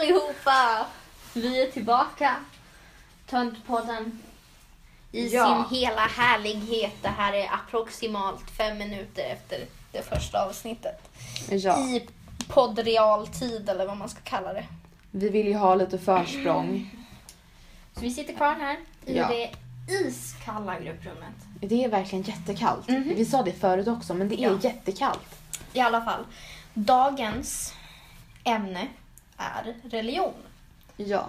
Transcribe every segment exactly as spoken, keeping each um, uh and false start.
allihopa! Vi är tillbaka. Töntpodden i Ja. sin hela härlighet. Det här är approximalt fem minuter efter det första avsnittet. Ja. I poddrealtid eller vad man ska kalla det. Vi vill ju ha lite försprång. Så vi sitter kvar här i Ja. det iskalla grupprummet. Det är verkligen jättekallt. Mhm. Vi sa det förut också, men det är Ja. jättekallt. I alla fall, dagens ämne är religion. Ja.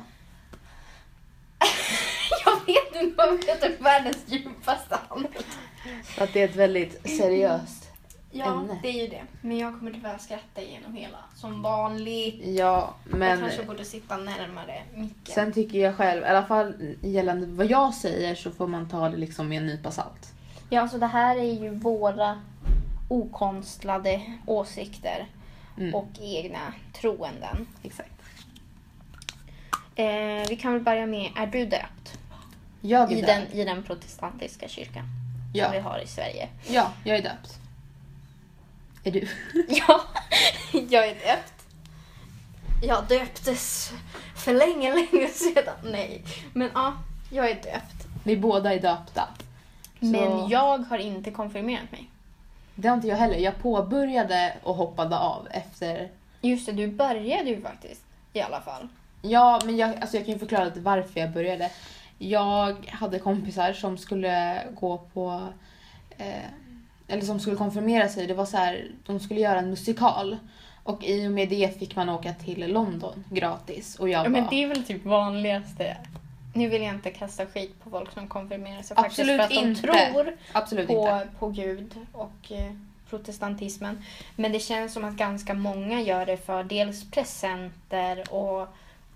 Jag vet inte om det är världens djupaste andetag. Att det är ett väldigt seriöst Ja, ämne. det är ju det. Men jag kommer tyvärr skratta igenom hela. Som vanligt. Ja, Jag men kanske borde sitta närmare micken. sen tycker jag själv, i alla fall gällande vad jag säger, så får man ta det liksom med en nypa salt. Ja, alltså det här är ju våra okonstlade åsikter Mm. och egna troenden. Exakt. Eh, vi kan väl börja med, är du döpt? Jag är I döpt. den, I den protestantiska kyrkan Ja. som vi har i Sverige. Ja, jag är döpt. Är du? Ja, jag är döpt. Jag döptes för länge, länge sedan. Nej, men ja, jag är döpt. Vi båda är döpta. Så Men jag har inte konfirmerat mig. det har inte jag heller. Jag påbörjade och hoppade av efter. Just det, du började ju faktiskt i alla fall. Ja, men jag, alltså jag kan ju förklara lite varför jag började. Jag hade kompisar som skulle gå på, eh, eller som skulle konfirmera sig. Det var så här, de skulle göra en musikal. Och i och med det fick man åka till London gratis. Och jag Ja, bara, men det är väl typ vanligaste. Nu vill jag inte kasta skit på folk som konfirmerar sig Absolut faktiskt för att inte. de tror absolut på, inte. på Gud och eh, protestantismen. Men det känns som att ganska många gör det för dels presenter och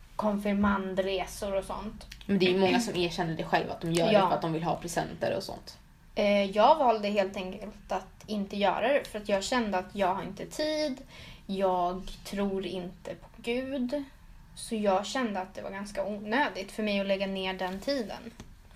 konfirmandresor och sånt. Men det är ju många som erkänner det själva, att de gör Ja. det för att de vill ha presenter och sånt. Eh, jag valde helt enkelt att inte göra det för att jag kände att jag har inte tid. Jag tror inte på Gud. Så jag kände att det var ganska onödigt för mig att lägga ner den tiden.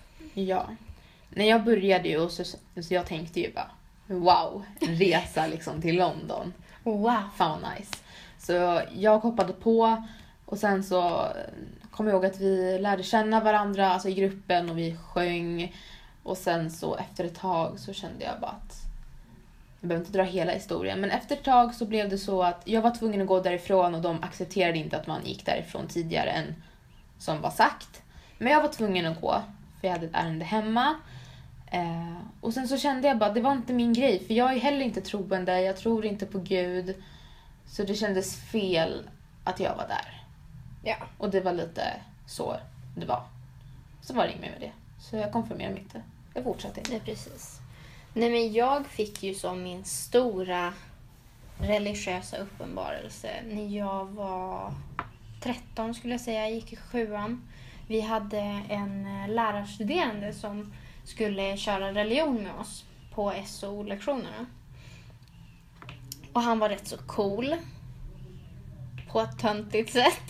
Ja. När jag började ju, så, så jag tänkte ju bara, wow, en resa liksom till London. Wow. Fan vad nice. Så jag hoppade på och sen så kom jag ihåg att vi lärde känna varandra, alltså i gruppen, och vi sjöng. Och sen så efter ett tag så kände jag bara att jag behöver inte dra hela historien, men efter ett tag så blev det så att jag var tvungen att gå därifrån och de accepterade inte att man gick därifrån tidigare än som var sagt. Men jag var tvungen att gå för jag hade ett ärende hemma. Eh, och sen så kände jag bara att det var inte min grej, för jag är heller inte troende, jag tror inte på Gud. Så det kändes fel att jag var där. Ja. Och det var lite så det var. Så var det inget mer med det. Så jag konfirmerade mig inte. Jag fortsatte inte. Nej, precis. Nej, men jag fick ju som min stora religiösa uppenbarelse när jag var tretton skulle jag säga. Jag gick i sjuan. Vi hade en lärarstuderande som skulle köra religion med oss på S O-lektionerna. Och han var rätt så cool. På ett töntigt sätt.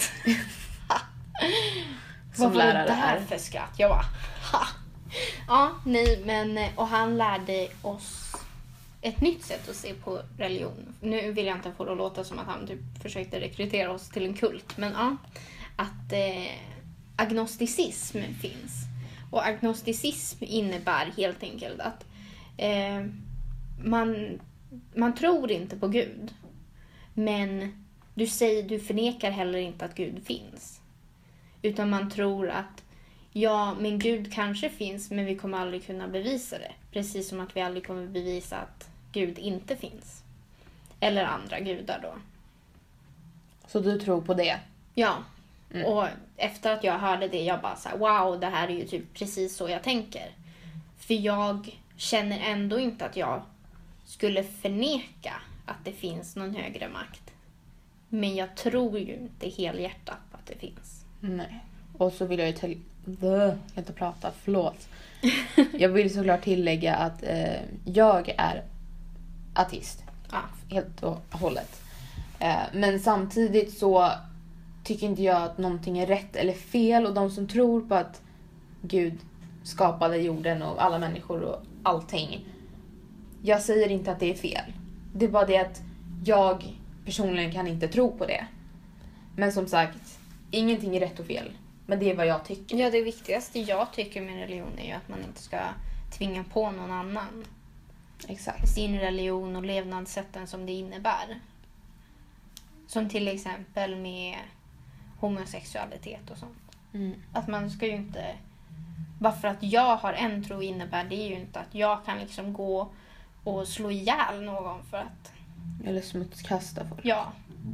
Som Vad var lärare det där är. för skratt? Jag bara, ha. Ja, nej, men och han lärde oss ett nytt sätt att se på religion. Nu vill jag inte få det att låta som att han typ försökte rekrytera oss till en kult, men ja, att eh, agnosticism finns. Och agnosticism innebär helt enkelt att eh, man, man tror inte på Gud, men du säger, du förnekar heller inte att Gud finns. Utan man tror att ja, men Gud kanske finns, men vi kommer aldrig kunna bevisa det. Precis som att vi aldrig kommer bevisa att Gud inte finns. Eller andra gudar då. Så du tror på det? Ja, Mm. och efter att jag hörde det, jag bara så här, wow, det här är ju typ precis så jag tänker. För jag känner ändå inte att jag skulle förneka att det finns någon högre makt. Men jag tror ju inte helhjärtat på att det finns. Nej. Och så vill jag ju till... Jag kan inte prata, förlåt. Jag vill såklart tillägga att eh, jag är ateist. Ja. Helt och hållet. Eh, men samtidigt så tycker inte jag att någonting är rätt eller fel. Och de som tror på att Gud skapade jorden och alla människor och allting. Jag säger inte att det är fel. Det är bara det att jag personligen kan inte tro på det. Men som sagt, ingenting är rätt och fel. Men det är vad jag tycker. Ja, det viktigaste jag tycker med religion är ju att man inte ska tvinga på någon annan Exakt. sin religion och levnadssätten som det innebär. Som till exempel med homosexualitet och sånt. Mm. Att man ska ju inte... Bara för att jag har en tro innebär det ju inte att jag kan liksom gå och slå ihjäl någon för att... Eller smutskasta folk. Ja.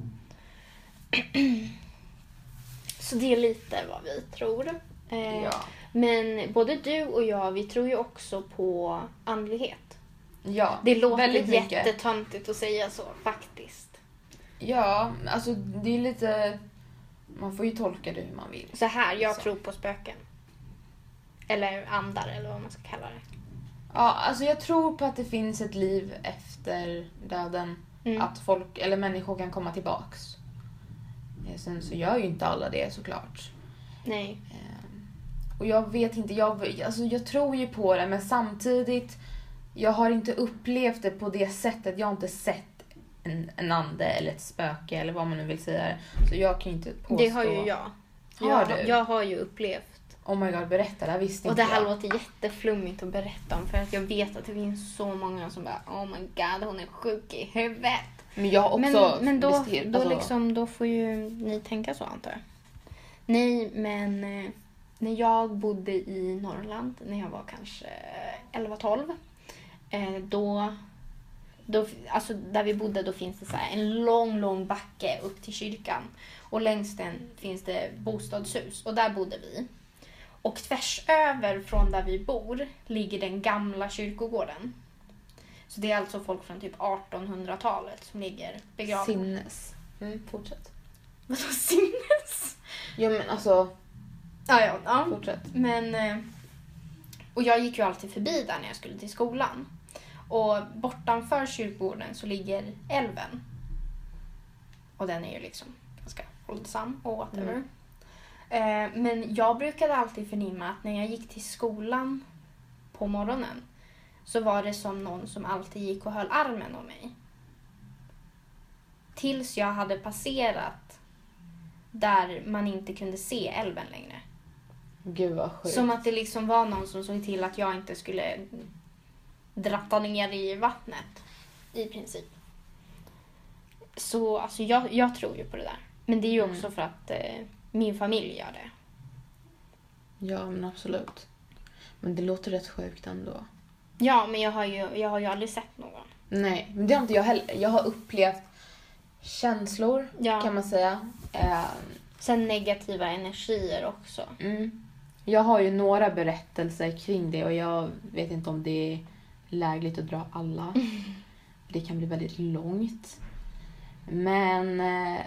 Så det är lite vad vi tror. Eh, Ja. Men både du och jag, vi tror ju också på andlighet. Ja, Det låter väldigt mycket. jättetöntigt att säga så, faktiskt. Ja, alltså det är lite... Man får ju tolka det hur man vill. Så här, jag Så. tror på spöken. Eller andar, eller vad man ska kalla det. Ja, alltså jag tror på att det finns ett liv efter döden. Mm. Att folk, eller människor kan komma tillbaks. Eh, Sen så gör ju inte alla det såklart. Nej. Ehm, Och jag vet inte, jag, alltså jag tror ju på det, men samtidigt jag har inte upplevt det på det sättet. Jag har inte sett en, en ande eller ett spöke eller vad man nu vill säga. Så jag kan ju inte påstå. Det har ju jag. Har jag, du? jag har ju upplevt. Oh my god, berätta, det här visste Och inte det här jag. låter jätteflummigt att berätta om, för att jag vet att det finns så många som bara oh my god, hon är sjuk i huvudet. Men jag har också Men, men då, visst- då, alltså- liksom, då får ju ni tänka så, antar jag. Nej, men eh, när jag bodde i Norrland, när jag var kanske elva tolv, eh, då, då, alltså där vi bodde, då finns det så här en lång, lång backe upp till kyrkan. Och längs den finns det bostadshus, och där bodde vi. Och tvärs över från där vi bor ligger den gamla kyrkogården. Så det är alltså folk från typ artonhundratalet som ligger begravda. Sinnes. Mm, fortsätt. Vadå sinnes? Ja men alltså, Ja, ja, ja. fortsätt. Men, eh, och jag gick ju alltid förbi där när jag skulle till skolan. Och bortanför kyrkogården så ligger älven. Och den är ju liksom ganska hållsam och whatever. Mm. Eh, men jag brukade alltid förnimma att när jag gick till skolan på morgonen så var det som någon som alltid gick och höll armen om mig. Tills jag hade passerat där man inte kunde se älven längre. Gud vad sjukt. Som att det liksom var någon som såg till att jag inte skulle dratta ner i vattnet. I princip. Så alltså, jag, jag tror ju på det där. Men det är ju också Mm. för att eh, min familj gör det. Ja men absolut. Men det låter rätt sjukt ändå. Ja, men jag har ju, jag har ju aldrig sett någon. Nej, men det har inte jag heller. Jag har upplevt känslor Ja. kan man säga. Eh, Sen negativa energier också. mm. Jag har ju några berättelser kring det och jag vet inte om det är lägligt att dra alla. Det kan bli väldigt långt. Men... Eh,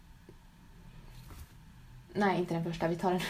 nej, inte den första. Vi tar den.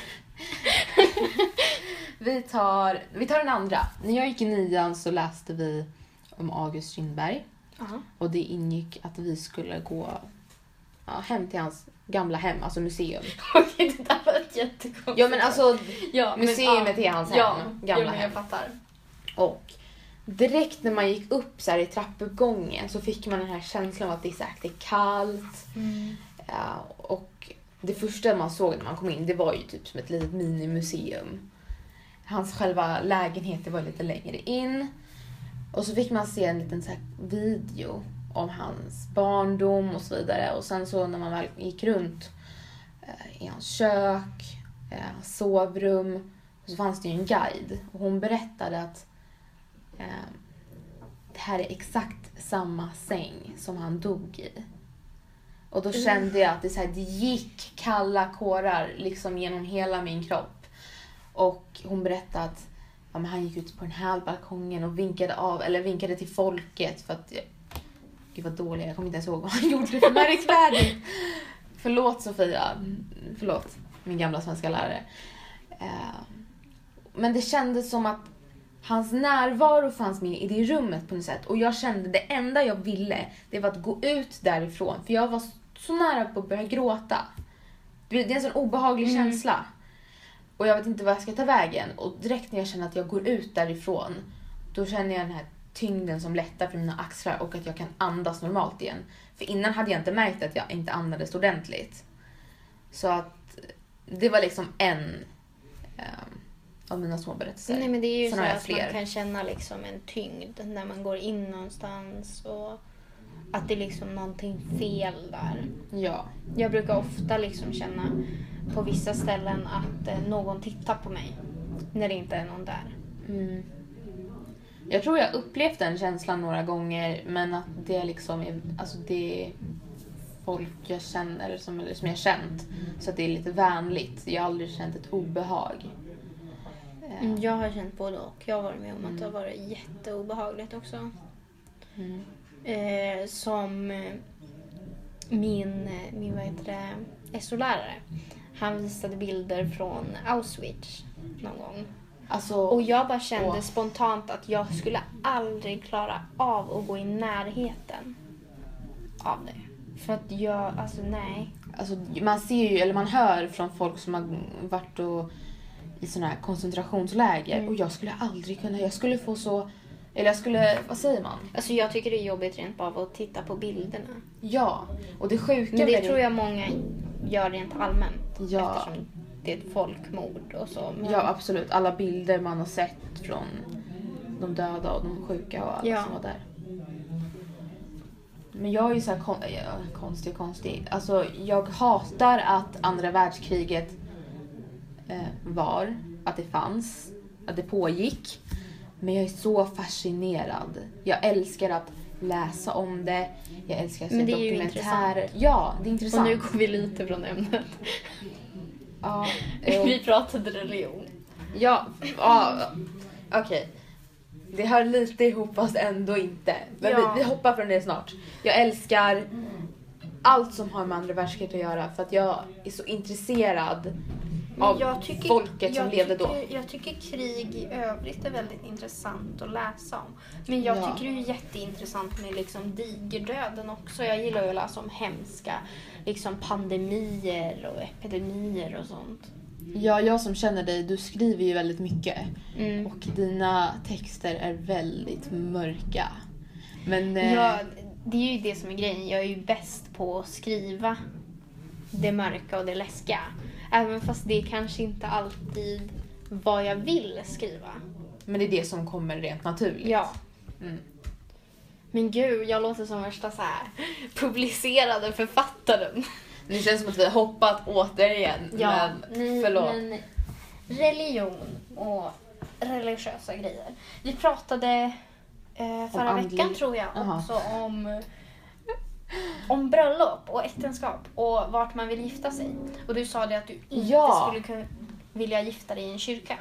vi, tar, vi tar den andra. När jag gick i nian så läste vi om August Strindberg. Aha. Och det ingick att vi skulle gå ja, hem till hans gamla hem, alltså museum. Okej, det där var ett jättekonstigt. Ja men alltså ja, men, museumet är hans hem, ja, gamla ja, men hem. jag fattar. Och direkt när man gick upp så här i trappuppgången så fick man den här känslan av att det är, så här, det är kallt. Mm. Ja, och det första man såg när man kom in, det var ju typ som ett litet minimuseum. Hans själva lägenhet var lite längre in. Och så fick man se en liten så här video om hans barndom och så vidare. Och sen så när man väl gick runt eh, i hans kök, eh, hans sovrum, så fanns det ju en guide. Och hon berättade att eh, det här är exakt samma säng som han dog i. Och då kände jag att det, så här, det gick kalla kårar liksom genom hela min kropp. Och hon berättade att ja, men han gick ut på den här balkongen och vinkade av, eller vinkade till folket för att... Gud vad dålig, jag kommer inte ens ihåg vad han gjorde för märkvärdigt. Förlåt Sofia, förlåt min gamla svenska lärare. Men det kändes som att hans närvaro fanns med i det rummet på något sätt. Och jag kände det enda jag ville, det var att gå ut därifrån. För jag var så nära på att börja gråta. Det är en sån obehaglig Mm. känsla. Och jag vet inte vad jag ska ta vägen. Och direkt när jag känner att jag går ut därifrån, då känner jag den här tyngden som lättar från mina axlar och att jag kan andas normalt igen. För innan hade jag inte märkt att jag inte andades ordentligt. Så att det var liksom en um, av mina små berättelser. Nej, men det är ju Sen så har jag att fler. man kan känna liksom en tyngd när man går in någonstans och att det är liksom någonting fel där. Ja. Jag brukar ofta liksom känna på vissa ställen att eh, någon tittar på mig när det inte är någon där. Mm. Jag tror jag upplevt den känslan några gånger, men att det liksom är, alltså det är folk jag känner som, eller som jag känt, så att det är lite vänligt. Jag har aldrig känt ett obehag. Mm, jag har känt både och. Jag har varit med om att det har varit jätteobehagligt också. Mm. Eh, som eh, min, eh, min vad heter det, S O-lärare. Han visade bilder från Auschwitz någon gång. Alltså, Och jag bara kände åh. spontant att jag skulle aldrig klara av att gå i närheten av det. För att jag, alltså nej. Alltså, man ser ju, eller man hör från folk som har varit och, i såna här koncentrationsläger. Mm. Och jag skulle aldrig kunna, jag skulle få så, eller jag skulle, vad säger man? Alltså jag tycker det är jobbigt rent bara av att titta på bilderna. Ja, och det sjuka Men det med tror jag många gör rent allmänt. Ja. Eftersom det är ett folkmord och så. Men... Ja, absolut. Alla bilder man har sett från de döda och de sjuka och alla Ja. som var där. Men jag är ju så här kon- ja, konstig, konstig. Alltså, jag hatar att andra världskriget eh, var, att det fanns, att det pågick. Men jag är så fascinerad. Jag älskar att läsa om det. Jag älskar att se Men det är ju dokumentärer. Ja, det är intressant. Och nu går vi lite från ämnet. Ja, jo. Vi pratade religion. Ja, ja okej. Det hör lite ihop fast ändå inte. Men Ja. vi, vi hoppar från det snart. Jag älskar allt som har med andra världskriget att göra för att jag är så intresserad av jag tycker, folket som jag levde tycker, då. Jag tycker krig i övrigt är väldigt intressant att läsa om. Men jag Ja. tycker det är jätteintressant med liksom digerdöden också. Jag gillar ju att läsa om hemska liksom pandemier och epidemier och sånt. Ja, jag som känner dig, du skriver ju väldigt mycket. Mm. Och dina texter är väldigt mörka. Men eh, Ja, det är ju det som är grejen. Jag är ju bäst på att skriva det mörka och det läskiga. Även fast det är kanske inte alltid vad jag vill skriva. men det är det som kommer rent naturligt. Ja. Mm. Men gud, jag låter som värsta så här publicerade författaren. Nu känns det som att vi har hoppat återigen. Ja, men nej, förlåt. men religion och religiösa grejer. Vi pratade eh, förra andlig- veckan tror jag Aha. också om, om bröllop och äktenskap och vart man vill gifta sig. Och du sa det att du inte Ja. skulle kunna vilja gifta dig i en kyrka.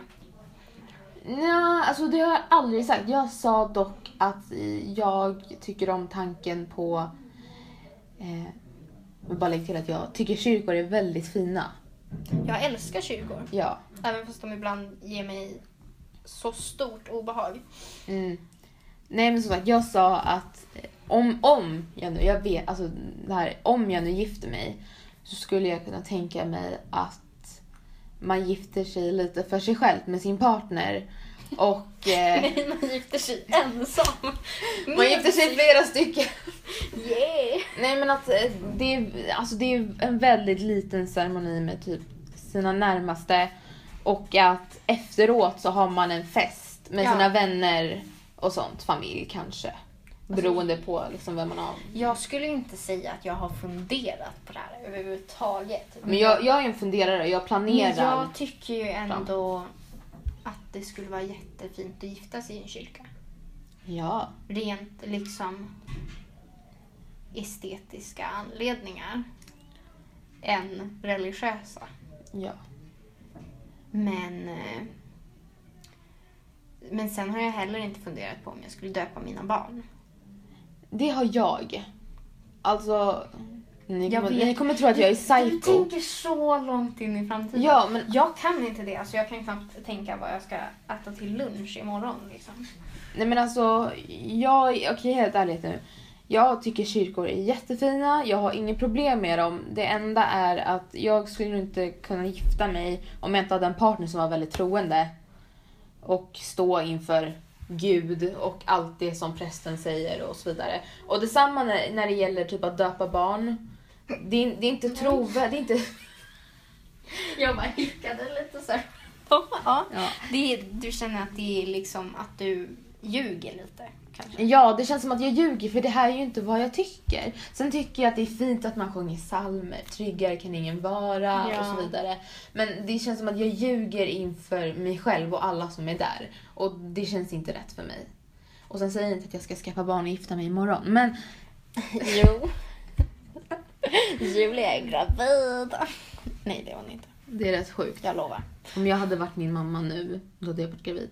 Nej, alltså det har jag aldrig sagt. Jag sa dock att eh, jag tycker om tanken på... Eh, jag bara lägger till att jag tycker kyrkor är väldigt fina. Jag älskar kyrkor, Ja. även fast de ibland ger mig så stort obehag. Mm. Nej, men som sagt, jag sa att eh, om, om jag nu, jag vet, alltså det här, om jag nu gifter mig så skulle jag kunna tänka mig att man gifter sig lite för sig själv med sin partner. Och eh, Nej, man gifter sig ensam. man gifter sig flera stycken. Yeah! Nej, men att eh, det är, alltså det är en väldigt liten ceremoni med typ sina närmaste. Och att efteråt så har man en fest med Ja. sina vänner och sånt, familj kanske. Beroende på liksom vem man har. Jag skulle inte säga att jag har funderat på det här överhuvudtaget. Men jag, jag är en funderare, jag planerar. Men jag tycker ju ändå att det skulle vara jättefint att gifta sig i en kyrka. Ja. Rent liksom estetiska anledningar än religiösa. Ja. Men, eh, men sen har jag heller inte funderat på om jag skulle döpa mina barn. Det har jag. Alltså, ni Jag kommer, vet. ni kommer tro att jag är Du psycho. tänker så långt in i framtiden. Ja, men Jag kan inte det. Alltså jag kan knappt tänka vad jag ska äta till lunch imorgon. Liksom. nej, men alltså, jag, okej, helt ärligt nu. Jag tycker kyrkor är jättefina. Jag har inget problem med dem. Det enda är att jag skulle nog inte kunna gifta mig om jag inte hade en partner som var väldigt troende. Och stå inför Gud och allt det som prästen säger och så vidare. Och detsamma när, när det gäller typ att döpa barn. Det är, det är inte trovärdigt. Det är inte... Jag bara hickade lite så här. Ja, Ja. det är, du känner att det är liksom att du ljuger lite, kanske? Ja, det känns som att jag ljuger för det här är ju inte vad jag tycker. Sen tycker jag att det är fint att man sjunger psalmer. Tryggare kan ingen vara Ja. och så vidare. Men det känns som att jag ljuger inför mig själv och alla som är där. Och det känns inte rätt för mig. Och sen säger jag inte att jag ska skaffa barn och gifta mig imorgon. Men Jo. Julia är gravid. Nej, det var hon inte. det är rätt sjukt. Jag lovar. Om jag hade varit min mamma nu, då hade jag varit gravid.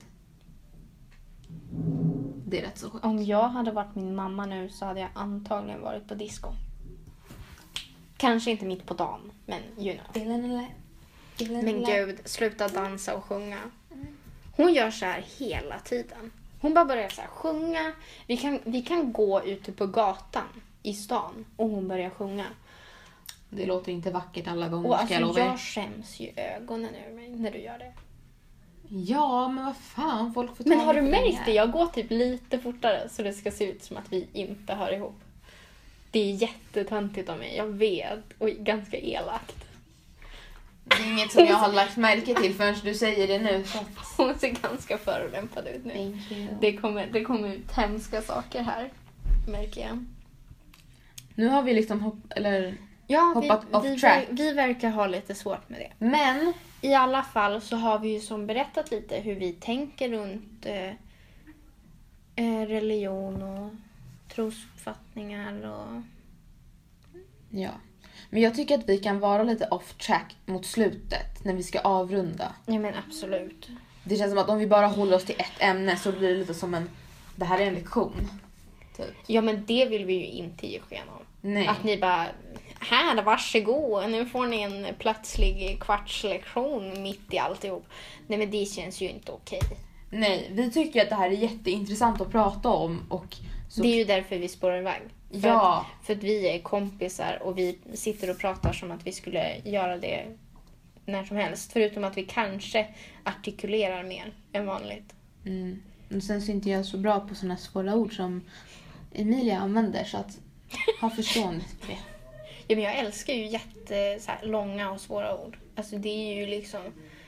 Det är rätt så sjukt. Om jag hade varit min mamma nu så hade jag antagligen varit på disco. Kanske inte mitt på dagen, men you know. Men gud, sluta dansa och sjunga. Hon gör så här hela tiden. Hon bara börjar så här sjunga. Vi kan, vi kan gå ute på gatan i stan och hon börjar sjunga. Det låter inte vackert alla gånger, Och ska alltså jag lova er. jag skäms ju ögonen ur mig när du gör det. Ja, men vad fan, folk får ta Men har du mig för märkt det? här. Jag går typ lite fortare så det ska se ut som att vi inte hör ihop. Det är jättetöntigt av mig, jag vet. Och ganska elakt. Det är inget som jag har lagt märke till förrän du säger det nu. Så att... Hon ser ganska förolämpad ut nu. Thank you. Det kommer, det kommer ut hemska saker här, märker jag. Nu har vi liksom hopp... Eller... Ja, Hoppat vi, off vi, track. vi verkar ha lite svårt med det. Men... I alla fall så har vi ju som berättat lite hur vi tänker runt eh, eh, religion och trosuppfattningar och... Ja. Men jag tycker att vi kan vara lite off track mot slutet när vi ska avrunda. Ja, men absolut. Det känns som att om vi bara håller oss till ett ämne så blir det lite som en... Det här är en lektion. Typ. Ja, men det vill vi ju inte ge sken av. Nej. Att ni bara, här, varsågod, nu får ni en plötslig kvartslektion mitt i alltihop. Nej, men det känns ju inte okej. Nej, vi tycker att det här är jätteintressant att prata om och... Så... Det är ju därför vi spårar iväg. För, Ja. att, för att vi är kompisar och vi sitter och pratar som att vi skulle göra det när som helst. Förutom att vi kanske artikulerar mer än vanligt. Mm. Och sen så är inte jag så bra på såna svåra ord som Emilia använder, så att ha förstående för det. Ja, men jag älskar ju jätte så här, långa och svåra ord. Alltså det är ju liksom...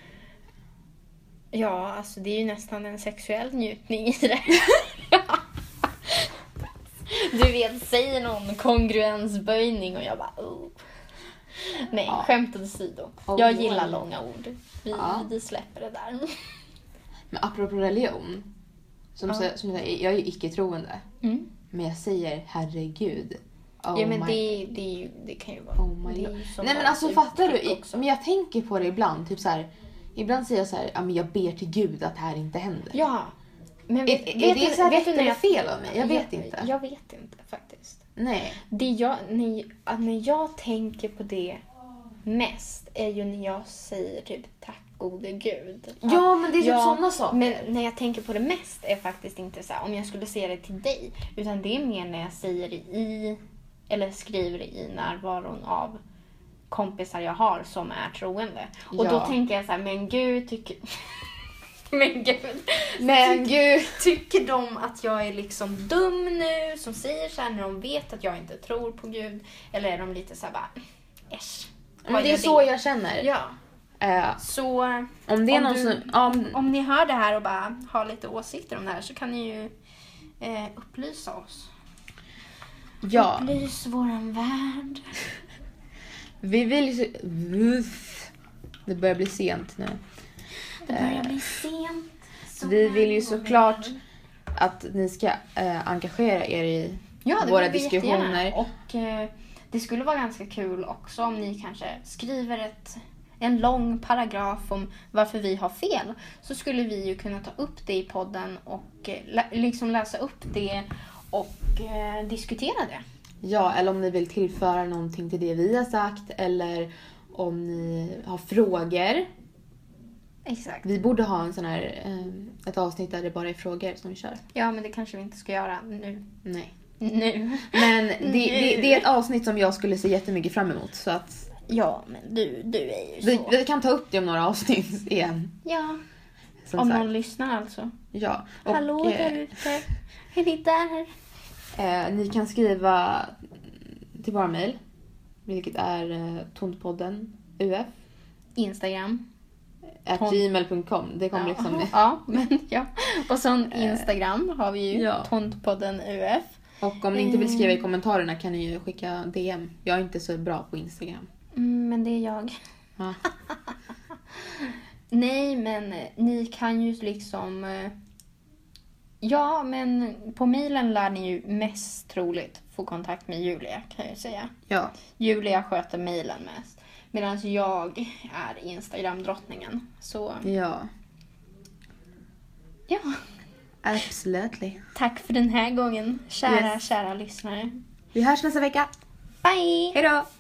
Ja, alltså det är ju nästan en sexuell njutning i det. Du vet, säger någon kongruensböjning och jag bara... Oh. Nej, Ja. skämt åsido. Oh, Jag wow. gillar långa ord. Vi, Ja. vi släpper det där. Men apropå religion, som, Ja. så, som jag säger, jag är ju icke-troende. Mm. Men jag säger herregud. Oh Ja, men my- det, det, är ju, det kan ju vara... Oh my det är God. ju som Nej men bara alltså ett fattar du? uttryck I- också. Men jag tänker på det ibland. Typ så här, ibland säger jag så här, ja, men jag ber till Gud att det här inte händer. Ja. Men Är, vet, är vet det du- så här vet rätt du när eller jag- fel av mig? Jag vet jag, inte. Jag vet inte faktiskt. Nej. Det jag, när, att när jag tänker på det mest är ju när jag säger typ tack gode gud. Ja, men det är typ Ja, sådana saker. Men när jag tänker på det mest är faktiskt inte så här, om jag skulle säga det till dig. Utan det är mer när jag säger det i, eller skriver det i närvaron av kompisar jag har som är troende. Och Ja. då tänker jag så här, men gud tycker... men gud. Men gud. Tycker de att jag är liksom dum nu som säger så här när de vet att jag inte tror på Gud? Eller är de lite så här bara, äsch. Men vad det gör är så jag känner. Ja, Eh, så om det är om någon du- som... Om, om ni hör det här och bara har lite åsikter om det här så kan ni ju eh, upplysa oss. ja. Upplys våran värld. Vi vill ju... Uff. Det börjar bli sent nu. Det börjar bli sent. Så Vi vill ju här går såklart vi. att ni ska eh, engagera er i Ja, det våra vill vi diskussioner. jättegärna. Och eh, det skulle vara ganska kul också om ni kanske skriver ett, en lång paragraf om varför vi har fel. Så skulle vi ju kunna ta upp det i podden och eh, lä- liksom läsa upp det och eh, diskutera det. Ja, eller om ni vill tillföra någonting till det vi har sagt. Eller om ni har frågor. Exakt. Vi borde ha en sån här, eh, ett avsnitt där det bara är frågor som vi kör. Ja, men det kanske vi inte ska göra nu. Nej. Nu. Men det, det, det är ett avsnitt som jag skulle se jättemycket fram emot. Så att Ja, men du, du är ju vi, så. vi kan ta upp det om några avsnitt igen. Ja, Som om sagt. någon lyssnar alltså. Ja. Och, Hallå där eh, ute. Är ni där? eh, ni kan skriva till våra mejl. Vilket är eh, tontpodden uf Instagram. At Ton- gmail punkt com. Det kommer Ja, liksom... ja, men ja. Och så Instagram har vi ju. Ja. Tontpodden U F. Och om ni inte vill skriva i kommentarerna kan ni ju skicka D M. Jag är inte så bra på Instagram. Mm, men det är jag. Ja. Nej, men ni kan ju liksom... eh, Ja, men på mailen lär ni ju mest troligt få kontakt med Julia, kan jag säga. Ja. Julia sköter mailen mest. Medan jag är Instagram-drottningen. Så Ja. ja, Absolutely. tack för den här gången, kära, Yes. kära lyssnare. Vi hörs nästa vecka. Bye! Hej då!